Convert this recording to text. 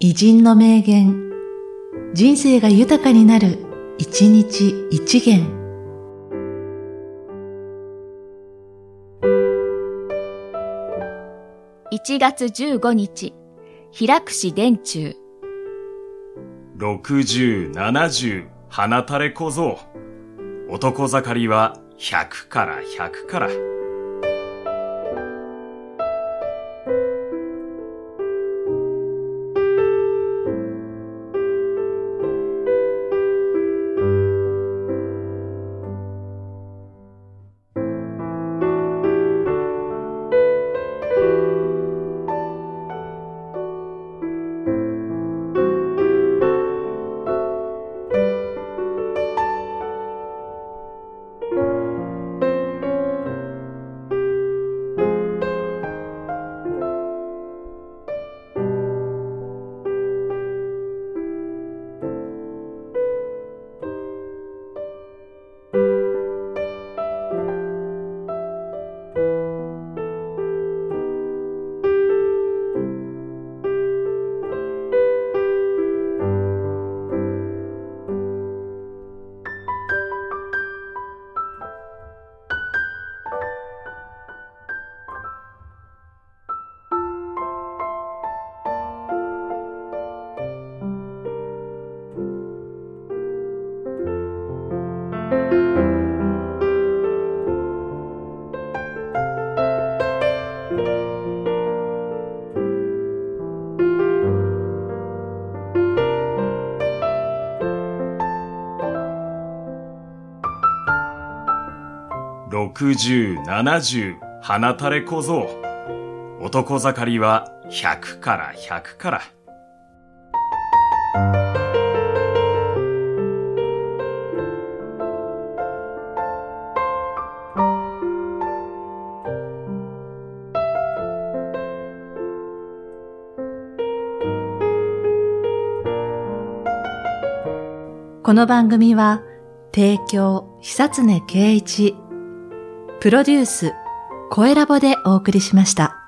偉人の名言、人生が豊かになる、一日一元。 1月15日、平櫛田中。 60、70、放たれ小僧。男盛りは100から100から。60、70、放たれ小僧。男盛りは100から100から。 この番組は、提供、久常圭一、プロデュース、声ラボでお送りしました。